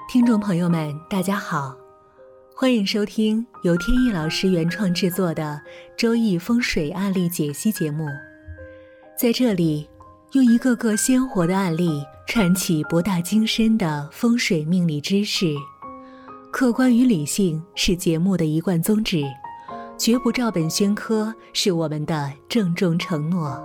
听众朋友们，大家好，欢迎收听由天意老师原创制作的周易风水案例解析节目。在这里，用一个个鲜活的案例串起博大精深的风水命理知识。客观与理性是节目的一贯宗旨，绝不照本宣科是我们的郑重承诺。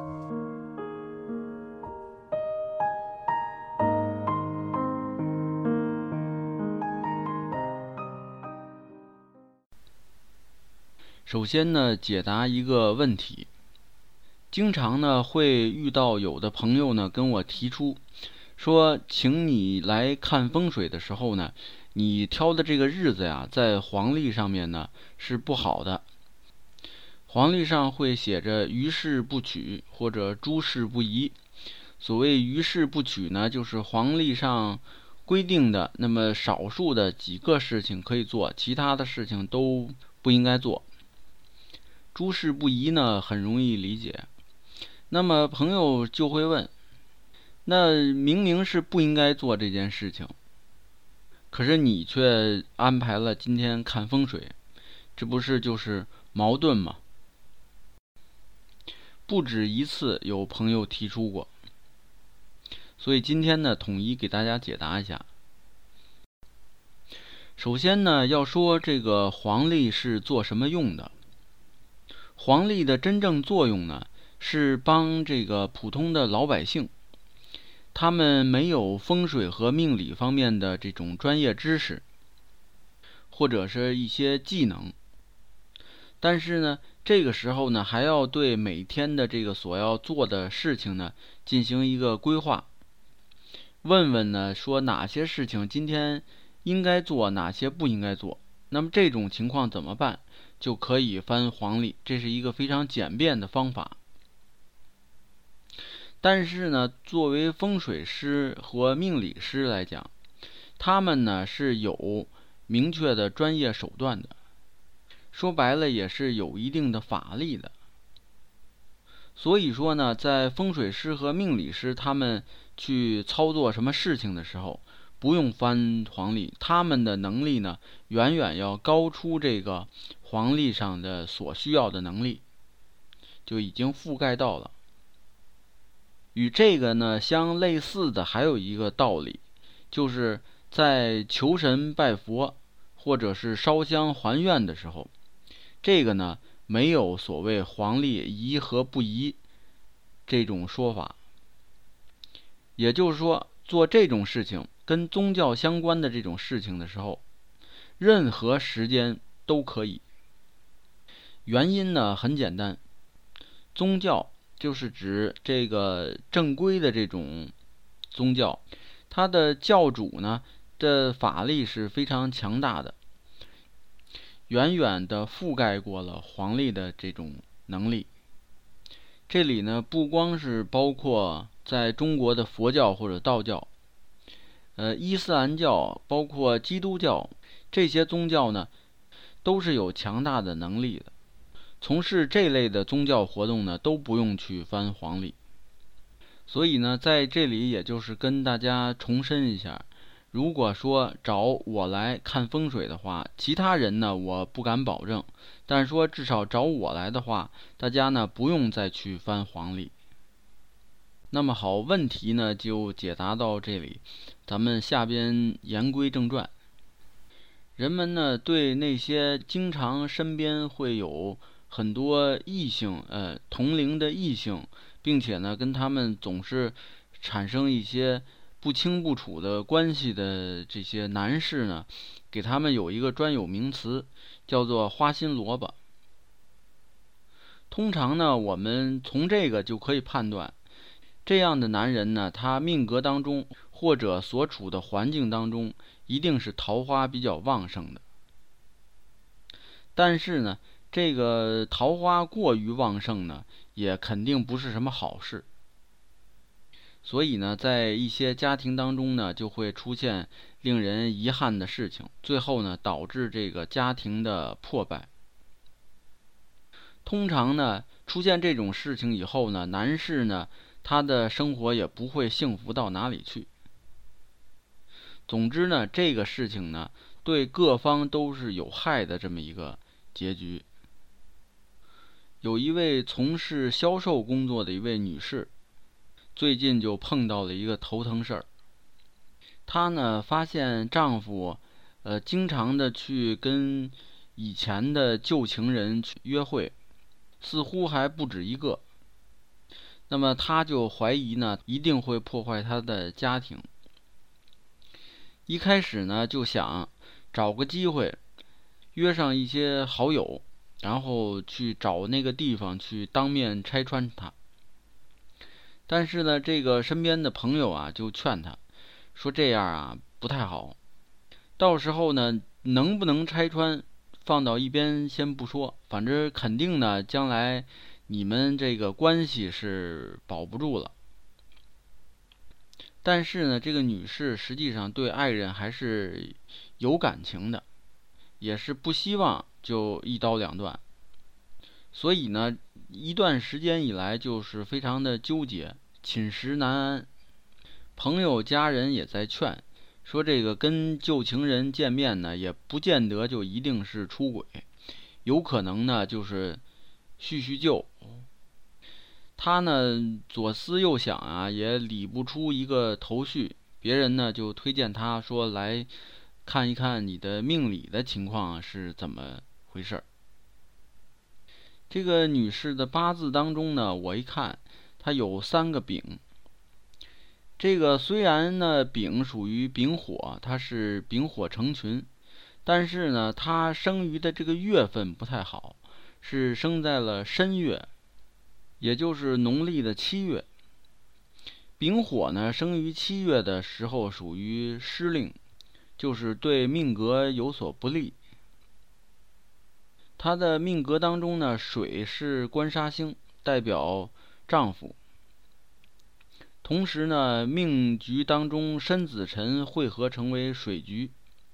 首先呢，解答一个问题。经常呢会遇到有的朋友呢跟我提出说，请你来看风水的时候呢，你挑的这个日子呀，在黄历上面呢是不好的。黄历上会写着于事不取或者诸事不宜。所谓于事不取呢，就是黄历上规定的那么少数的几个事情可以做，其他的事情都不应该做。诸事不宜呢，很容易理解。那么朋友就会问，那明明是不应该做这件事情，可是你却安排了今天看风水，这不是就是矛盾吗？不止一次有朋友提出过，所以今天呢，统一给大家解答一下。首先呢，要说这个黄历是做什么用的？黄历的真正作用呢，是帮这个普通的老百姓，他们没有风水和命理方面的这种专业知识，或者是一些技能，但是呢，这个时候呢，还要对每天的这个所要做的事情呢，进行一个规划，问问呢，说哪些事情今天应该做，哪些不应该做。那么这种情况怎么办？就可以翻黄历，这是一个非常简便的方法。但是呢，作为风水师和命理师来讲，他们呢是有明确的专业手段的，说白了也是有一定的法力的。所以说呢，在风水师和命理师他们去操作什么事情的时候，不用翻黄历，他们的能力呢远远要高出这个黄历上的所需要的能力，就已经覆盖到了。与这个呢相类似的还有一个道理，就是在求神拜佛或者是烧香还愿的时候，这个呢没有所谓黄历宜和不宜这种说法。也就是说，做这种事情跟宗教相关的这种事情的时候，任何时间都可以。原因呢很简单，宗教就是指这个正规的这种宗教，它的教主呢的法力是非常强大的，远远的覆盖过了黄历的这种能力。这里呢不光是包括在中国的佛教或者道教，伊斯兰教，包括基督教，这些宗教呢都是有强大的能力的。从事这类的宗教活动呢，都不用去翻黄历。所以呢，在这里也就是跟大家重申一下，如果说找我来看风水的话，其他人呢我不敢保证，但是说至少找我来的话，大家呢不用再去翻黄历。那么好，问题呢就解答到这里，咱们下边言归正传。人们呢对那些经常身边会有很多异性，同龄的异性，并且呢跟他们总是产生一些不清不楚的关系的这些男士呢，给他们有一个专有名词，叫做花心萝卜。通常呢，我们从这个就可以判断，这样的男人呢，他命格当中或者所处的环境当中，一定是桃花比较旺盛的。但是呢，这个桃花过于旺盛呢，也肯定不是什么好事。所以呢，在一些家庭当中呢，就会出现令人遗憾的事情，最后呢，导致这个家庭的破败。通常呢，出现这种事情以后呢，男士呢，他的生活也不会幸福到哪里去。 总之呢，这个事情呢，对各方都是有害的这么一个结局。有一位从事销售工作的一位女士，最近就碰到了一个头疼事儿。她呢发现丈夫经常的去跟以前的旧情人去约会，似乎还不止一个。那么她就怀疑呢，一定会破坏她的家庭。一开始呢就想找个机会约上一些好友，然后去找那个地方去当面拆穿他。但是呢，这个身边的朋友啊就劝他说，这样啊不太好，到时候呢能不能拆穿放到一边先不说，反正肯定呢将来你们这个关系是保不住了。但是呢，这个女士实际上对爱人还是有感情的，也是不希望就一刀两断。所以呢，一段时间以来就是非常的纠结，寝食难安。朋友家人也在劝，说这个跟旧情人见面呢，也不见得就一定是出轨，有可能呢就是叙叙旧。他呢左思右想啊，也理不出一个头绪。别人呢就推荐他说，来看一看你的命理的情况是怎么回事。这个女士的八字当中呢，我一看她有3个丙。这个虽然呢丙属于丙火，它是丙火成群，但是呢她生于的这个月份不太好，是生在了申月，也就是农历的7月。丙火呢生于7月的时候属于失令，就是对命格有所不利。他的命格当中呢，水是官杀星，代表丈夫。同时呢，命局当中申子辰汇合成为水局。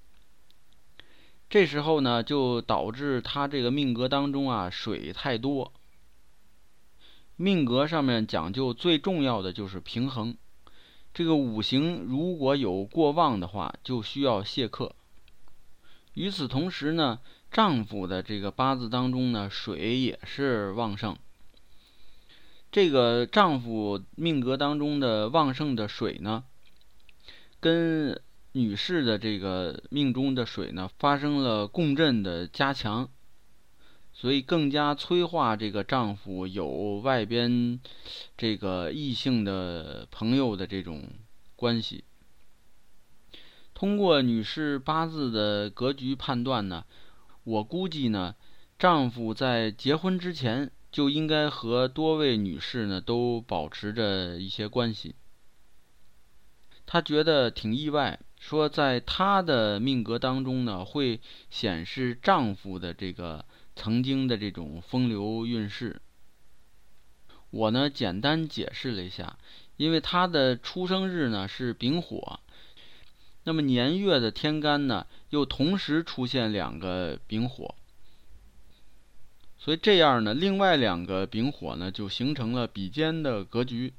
这时候呢，就导致他这个命格当中啊，水太多。命格上面讲究最重要的就是平衡。这个五行如果有过旺的话，就需要泄克。与此同时呢，丈夫的这个八字当中呢，水也是旺盛。这个丈夫命格当中的旺盛的水呢，跟女士的这个命中的水呢，发生了共振的加强，所以更加催化这个丈夫有外边这个异性的朋友的这种关系。通过女士八字的格局判断呢，我估计呢，丈夫在结婚之前就应该和多位女士呢都保持着一些关系。他觉得挺意外，说在他的命格当中呢，会显示丈夫的这个曾经的这种风流韵事。我呢简单解释了一下，因为他的出生日呢是丙火，那么年月的天干呢又同时出现2个丙火，所以这样呢，另外2个丙火呢就形成了比肩的格局，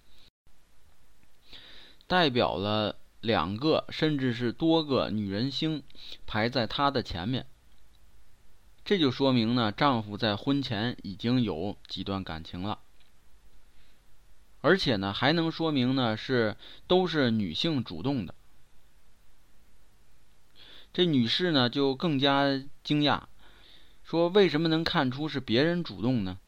代表了2个甚至是多个女人星排在他的前面。这就说明呢，丈夫在婚前已经有几段感情了，而且呢还能说明呢都是女性主动的。这女士呢就更加惊讶，说为什么能看出是别人主动呢？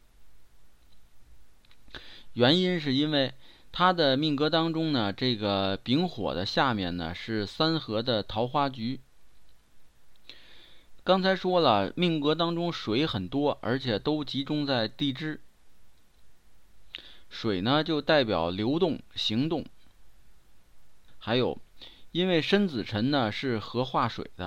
原因是因为她的命格当中呢，这个丙火的下面呢是3合的桃花局。刚才说了，命格当中水很多，而且都集中在地支。水呢就代表流动、行动，还有因为申子辰呢是合化水的，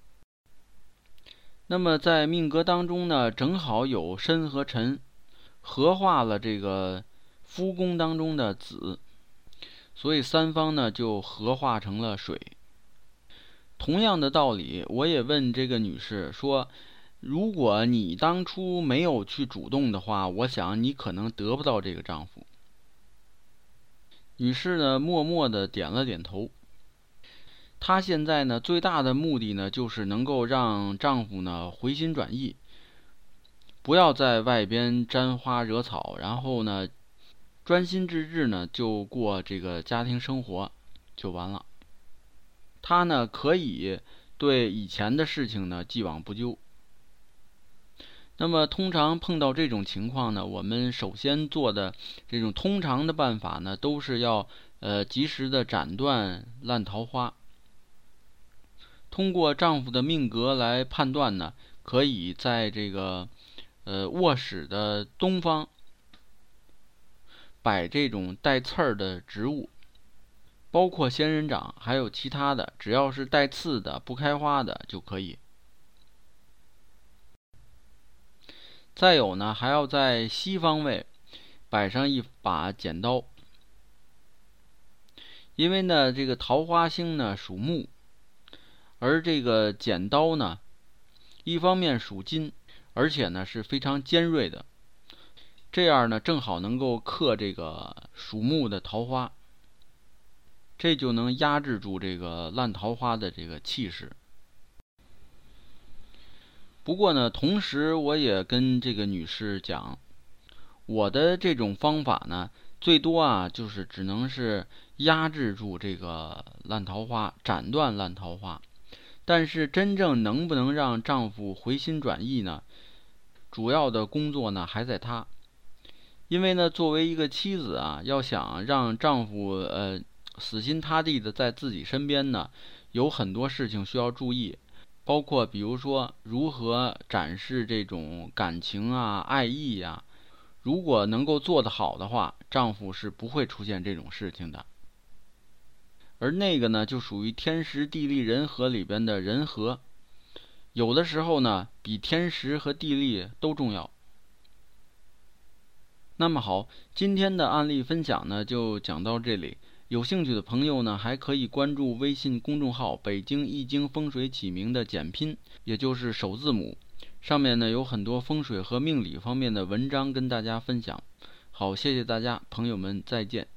那么在命格当中呢，正好有申和辰合化了这个夫宫当中的子，所以3方呢就合化成了水。同样的道理，我也问这个女士说，如果你当初没有去主动的话，我想你可能得不到这个丈夫。女士呢默默地点了点头。 她现在呢最大的目的呢就是能够让丈夫呢回心转意，不要在外边沾花惹草，然后呢专心致志呢就过这个家庭生活就完了。她呢可以对以前的事情呢既往不咎。那么通常碰到这种情况呢，我们首先做的这种通常的办法呢，都是要及时的斩断烂桃花。通过丈夫的命格来判断呢，可以在这个卧室的东方摆这种带刺儿的植物，包括仙人掌，还有其他的，只要是带刺的、不开花的就可以。再有呢，还要在西方位摆上一把剪刀，因为呢，这个桃花星呢属木，而这个剪刀呢，一方面属金，而且呢是非常尖锐的，这样呢正好能够克这个属木的桃花，这就能压制住这个烂桃花的这个气势。不过呢，同时我也跟这个女士讲，我的这种方法呢，最多啊就是只能是压制住这个烂桃花，斩断烂桃花。但是真正能不能让丈夫回心转意呢？主要的工作呢还在她。因为呢，作为一个妻子啊，要想让丈夫死心塌地的在自己身边呢，有很多事情需要注意。包括比如说如何展示这种感情啊、爱意啊，如果能够做得好的话，丈夫是不会出现这种事情的。而那个呢，就属于天时地利人和里边的人和，有的时候呢，比天时和地利都重要。那么好，今天的案例分享呢，就讲到这里。有兴趣的朋友呢，还可以关注微信公众号北京易经风水起名的简拼，也就是首字母，上面呢有很多风水和命理方面的文章跟大家分享。好，谢谢大家，朋友们再见。